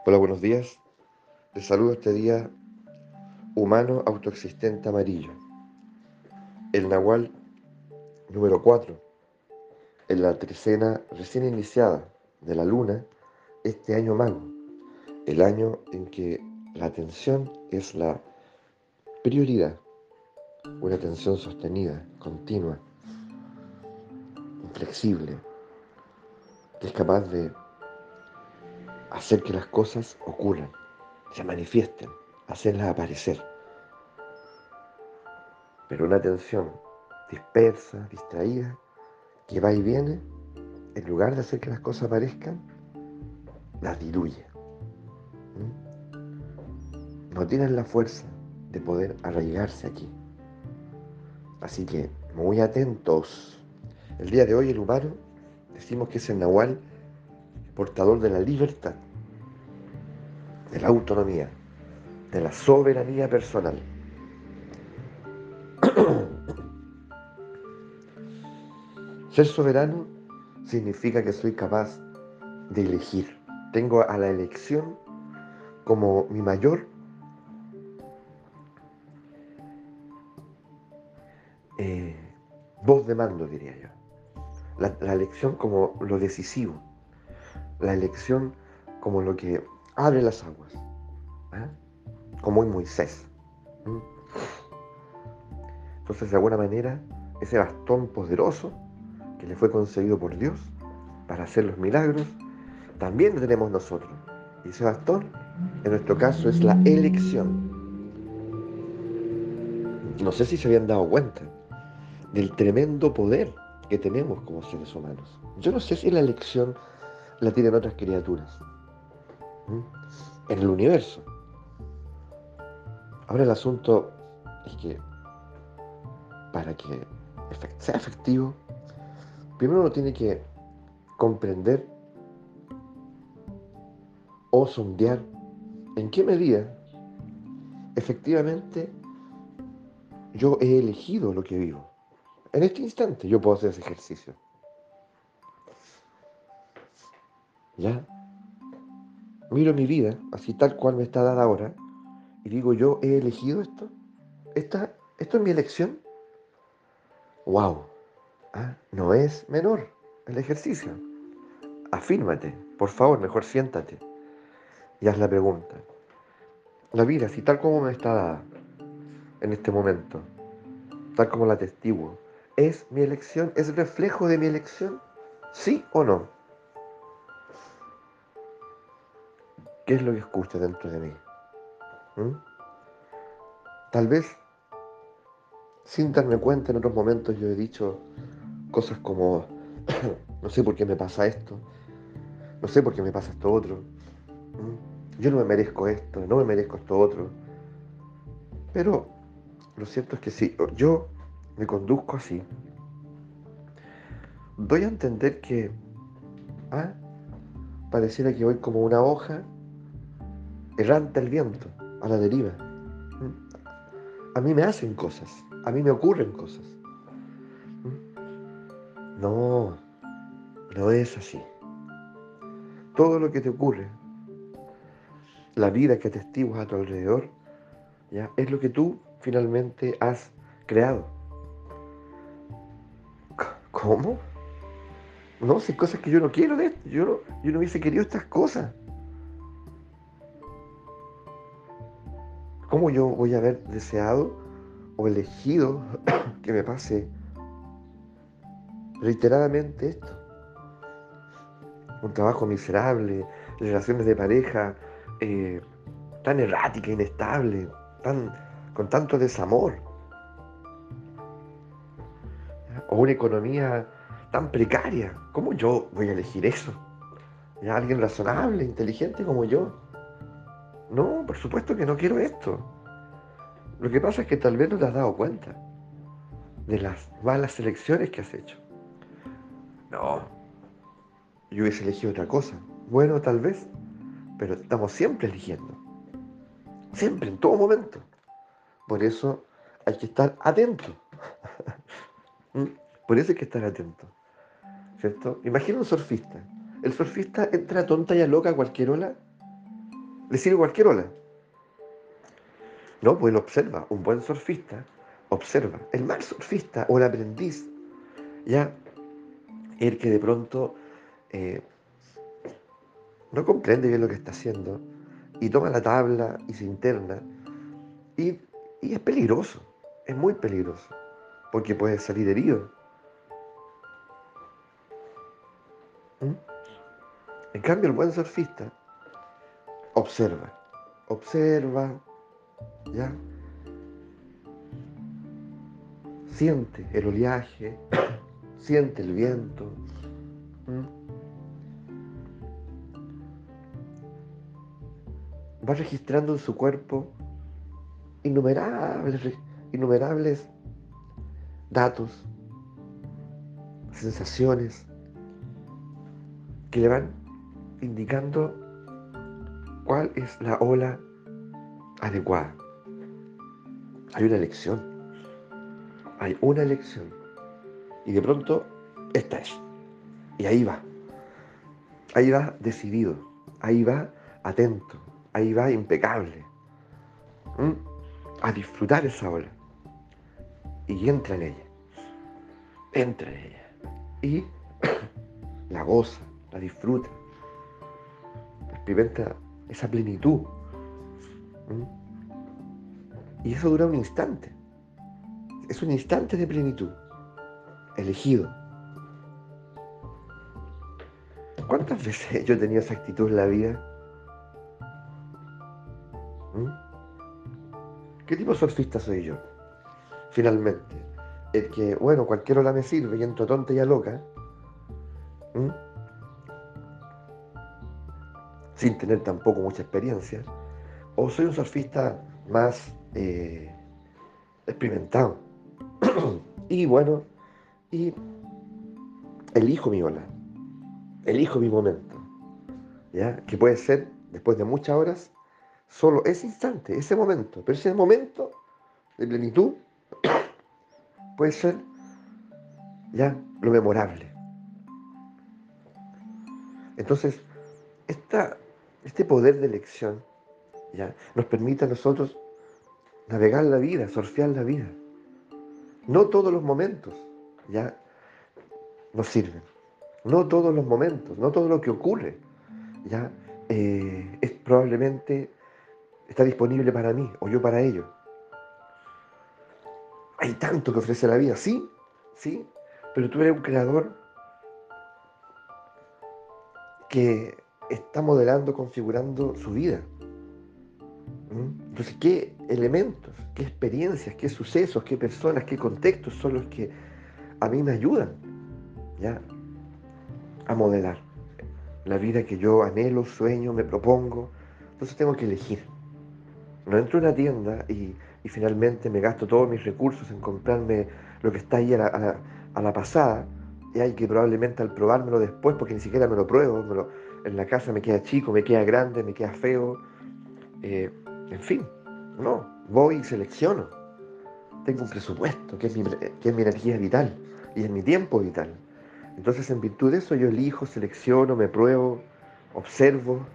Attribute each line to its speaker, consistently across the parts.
Speaker 1: Hola, buenos días. Les saludo este día humano autoexistente amarillo. El Nahual número 4, en la trecena recién iniciada de la luna, este año mago, el año en que la atención es la prioridad, una atención sostenida, continua, inflexible, que es capaz de hacer que las cosas ocurran, se manifiesten, hacerlas aparecer. Pero una atención dispersa, distraída, que va y viene, en lugar de hacer que las cosas aparezcan, las diluye. ¿Mm? No tienen la fuerza de poder arraigarse aquí. Así que muy atentos. El día de hoy el humano decimos que es el Nahual portador de la libertad, de la autonomía, de la soberanía personal. Ser soberano significa que soy capaz de elegir. Tengo a la elección como mi mayor eh, voz de mando, diría yo. La elección como lo decisivo, la elección como lo que abre las aguas, ¿eh? Como en Moisés. ¿Mm? Entonces, de alguna manera, ese bastón poderoso que le fue concedido por Dios para hacer los milagros, también lo tenemos nosotros. Y ese bastón, en nuestro caso, es la elección. No sé si se habían dado cuenta del tremendo poder que tenemos como seres humanos. Yo no sé si la elección la tienen otras criaturas, ¿Mm? En el universo. Ahora el asunto es que para que sea efectivo, primero uno tiene que comprender o sondear en qué medida efectivamente yo he elegido lo que vivo. En este instante yo puedo hacer ese ejercicio. Ya miro mi vida, así tal cual me está dada ahora, y digo, yo he elegido esto. ¿Esto es mi elección? ¡Wow! Ah, no es menor el ejercicio. Afírmate, por favor, mejor siéntate y haz la pregunta. La vida, así tal como me está dada en este momento, tal como la atestiguo, ¿es mi elección? ¿Es reflejo de mi elección? ¿Sí o no? ¿Qué es lo que escucho dentro de mí? ¿Mm? Tal vez, sin darme cuenta, en otros momentos yo he dicho cosas como, no sé por qué me pasa esto, no sé por qué me pasa esto otro, yo no me merezco esto, no me merezco esto otro. Pero lo cierto es que si yo me conduzco así, doy a entender que, ah, pareciera que voy como una hoja errante al viento, a la deriva. A mí me hacen cosas, a mí me ocurren cosas. No, no es así. Todo lo que te ocurre, la vida que atestiguas a tu alrededor, ¿ya? Es lo que tú finalmente has creado. ¿Cómo? No, si hay cosas que yo no quiero de esto. Yo no hubiese querido estas cosas. ¿Cómo yo voy a haber deseado o elegido que me pase reiteradamente esto? Un trabajo miserable, relaciones de pareja eh, tan errática, inestable, con tanto desamor, ¿ya? O una economía tan precaria. ¿Cómo yo voy a elegir eso? ¿Ya? Alguien razonable, inteligente como yo. No, por supuesto que no quiero esto. Lo que pasa es que tal vez no te has dado cuenta de las malas elecciones que has hecho. No, yo hubiese elegido otra cosa. Bueno, tal vez, pero estamos siempre eligiendo. Siempre, en todo momento. Por eso hay que estar atento. ¿Mm? Por eso hay que estar atento. ¿Cierto? Imagina un surfista. El surfista entra tonta y a loca a cualquier ola. le sirve cualquier ola. No, pues él observa, un buen surfista observa. El mal surfista o el aprendiz, ya, el que de pronto eh, no comprende bien lo que está haciendo y toma la tabla y se interna y, y es peligroso, es muy peligroso, porque puede salir herido. ¿Mm? En cambio, el buen surfista observa, observa, ya, siente el oleaje, siente el viento. ¿Mm? Va registrando en su cuerpo innumerables, innumerables datos, sensaciones que le van indicando cuál es la ola adecuada. Hay una elección, hay una elección. Y de pronto, esta es. Y ahí va decidido, ahí va atento, ahí va impecable. ¿Mm? A disfrutar esa ola. Y entra en ella. Y la goza, la disfruta, experimenta esa plenitud. ¿Mm? Y eso dura un instante. Es un instante de plenitud, elegido. ¿Cuántas veces yo he tenido esa actitud en la vida? ¿Mm? ¿Qué tipo de surfista soy yo? Finalmente, el que, bueno, cualquier ola me sirve y entro tonta y a loca, ¿Mm? Sin tener tampoco mucha experiencia, o soy un surfista más experimentado. Y bueno, y elijo mi ola, elijo mi momento, ¿ya? Que puede ser, después de muchas horas, solo ese instante, ese momento. Pero ese momento de plenitud puede ser ya lo memorable. Entonces, esta, este poder de elección ya nos permite a nosotros navegar la vida, surfear la vida. No todos los momentos ya nos sirven. No todos los momentos, no todo lo que ocurre ya es probablemente está disponible para mí o yo para ello. Hay tanto que ofrece la vida, sí, sí, pero tú eres un creador que está modelando, configurando su vida. ¿Mm? Entonces, ¿qué elementos, qué experiencias, qué sucesos, qué personas, qué contextos son los que a mí me ayudan ya a modelar la vida que yo anhelo, sueño, me propongo? Entonces tengo que elegir. No entro a una tienda y finalmente me gasto todos mis recursos en comprarme lo que está ahí a la pasada, y hay que probablemente al probármelo después, porque ni siquiera me lo pruebo, en la casa me queda chico, me queda grande, me queda feo, eh, en fin, no, voy y selecciono. Tengo un presupuesto, que es mi energía vital y es mi tiempo vital. Entonces, en virtud de eso, yo elijo, selecciono, me pruebo, observo,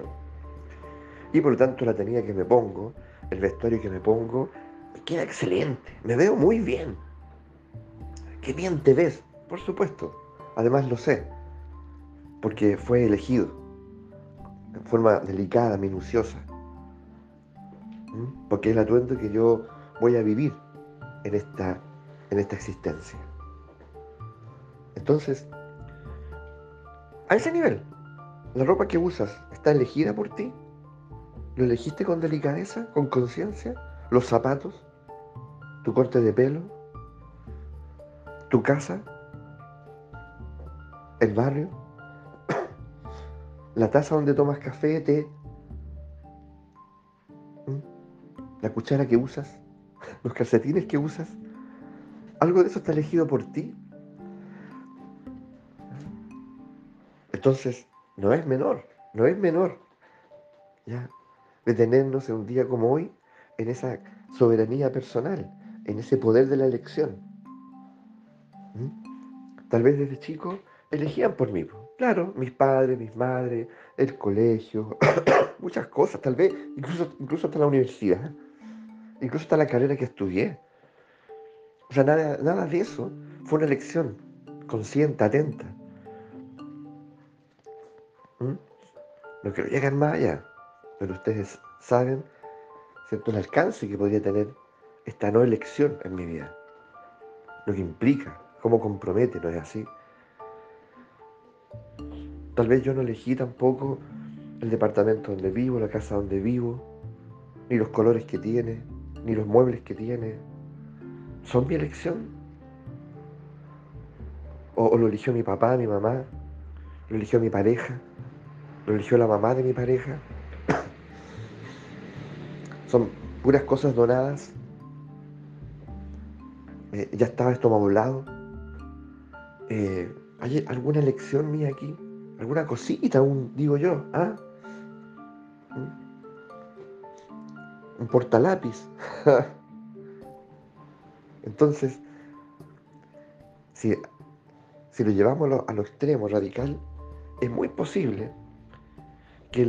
Speaker 1: y por lo tanto la tenida que me pongo, el vestuario que me pongo, me queda excelente, me veo muy bien. Qué bien te ves, por supuesto. Además lo sé, porque fue elegido en forma delicada, minuciosa. ¿Mm? Porque es el atuendo que yo voy a vivir en en esta existencia. Entonces, a ese nivel, la ropa que usas está elegida por ti. ¿Lo elegiste con delicadeza, con conciencia? Los zapatos, tu corte de pelo, tu casa, el barrio, la taza donde tomas café, té, ¿Mm? La cuchara que usas, los calcetines que usas. ¿Algo de eso está elegido por ti? Entonces, no es menor, no es menor, ¿ya? Detenernos en un día como hoy en esa soberanía personal, en ese poder de la elección. ¿Mm? Tal vez desde chico elegían por mí, po. Claro, mis padres, mis madres, el colegio, muchas cosas, tal vez, incluso hasta la universidad, incluso hasta la carrera que estudié. O sea, nada de eso fue una elección consciente, atenta. ¿M? No quiero llegar más allá, pero ustedes saben, ¿cierto?, el alcance que podría tener esta no elección en mi vida, lo que implica, cómo compromete, ¿no es así? Tal vez yo no elegí tampoco el departamento donde vivo, la casa donde vivo, ni los colores que tiene, ni los muebles que tiene. ¿Son mi elección? ¿O lo eligió mi papá, mi mamá? ¿Lo eligió mi pareja? ¿Lo eligió la mamá de mi pareja? Son puras cosas donadas. Ya estaba esto modulado. ¿Hay alguna elección mía aquí? ¿Alguna cosita aún, digo yo? ¿Ah? ¿Mm? ¿Un portalápiz? Entonces, si, si lo llevamos a lo extremo radical, es muy posible que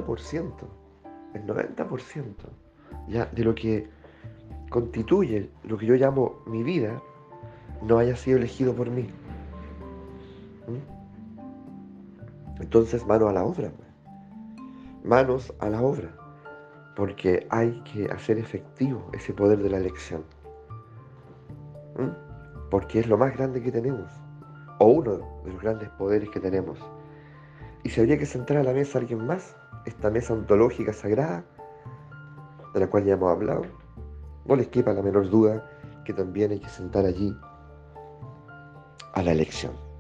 Speaker 1: el 90% ya de lo que constituye lo que yo llamo mi vida no haya sido elegido por mí. ¿Mm? Entonces, manos a la obra, pues. Manos a la obra, porque hay que hacer efectivo ese poder de la elección. ¿Mm? Porque es lo más grande que tenemos, o uno de los grandes poderes que tenemos. Y si habría que sentar a la mesa a alguien más, esta mesa ontológica sagrada, de la cual ya hemos hablado, no les quepa la menor duda que también hay que sentar allí a la elección.